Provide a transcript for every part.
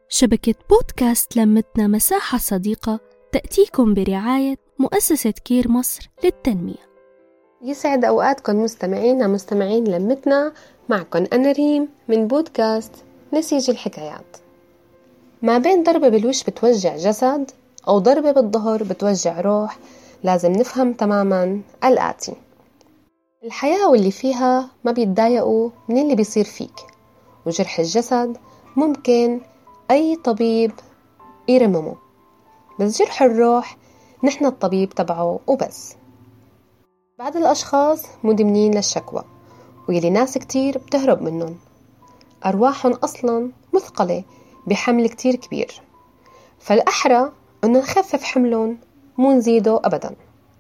شبكة بودكاست لمتنا مساحة صديقة تأتيكم برعاية مؤسسة كير مصر للتنمية. يسعد أوقاتكم مستمعين لمتنا، معكم أنا ريم من بودكاست نسيج الحكايات. ما بين ضربة بالوش بتوجع جسد أو ضربة بالظهر بتوجع روح، لازم نفهم تماما الآتي: الحياة واللي فيها ما بيتضايقوا من اللي بيصير فيك، وجرح الجسد ممكن أي طبيب يرممه، بس جرح الروح نحن الطبيب تبعه وبس. بعض الأشخاص مدمنين للشكوى، ويلي ناس كتير بتهرب منهم، أرواحهم أصلا مثقلة بحمل كتير كبير، فالأحرى أنه نخفف حملهم مو نزيده أبدا.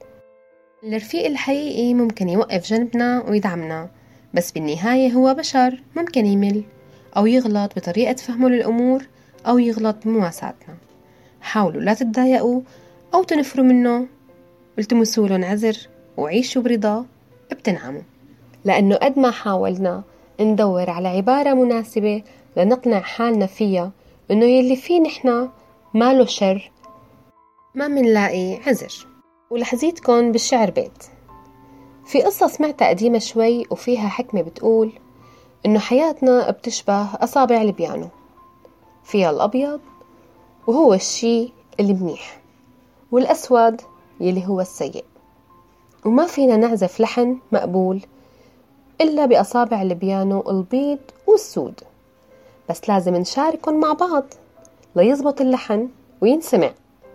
الرفيق الحقيقي ممكن يوقف جنبنا ويدعمنا، بس بالنهاية هو بشر، ممكن يمل أو يغلط بطريقة فهمه للأمور أو يغلط بمواساتنا. حاولوا لا تتضايقوا أو تنفروا منه، التمسوا لهم عذر وعيشوا برضا بتنعموا، لأنه قد ما حاولنا ندور على عبارة مناسبة لنقنع حالنا فيها إنه يلي فيه نحنا ماله شر، ما منلاقي عذر. ولحزيتكن بالشعر بيت، في قصة سمعتها قديمة شوي وفيها حكمة بتقول إنه حياتنا بتشبه أصابع البيانو، فيها الأبيض وهو الشي اللي منيح، والأسود يلي هو السيء، وما فينا نعزف لحن مقبول إلا بأصابع البيانو البيض والسود، بس لازم نشاركهم مع بعض ليزبط اللحن وينسمع.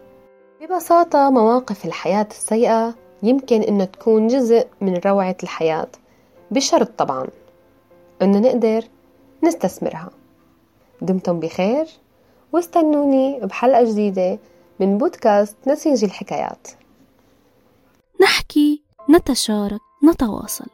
ببساطة مواقف الحياة السيئة يمكن إنه تكون جزء من روعة الحياة، بشرط طبعا إنه نقدر نستثمرها. دمتم بخير، واستنوني بحلقة جديدة من بودكاست نسيج الحكايات. نحكي، نتشارك، نتواصل.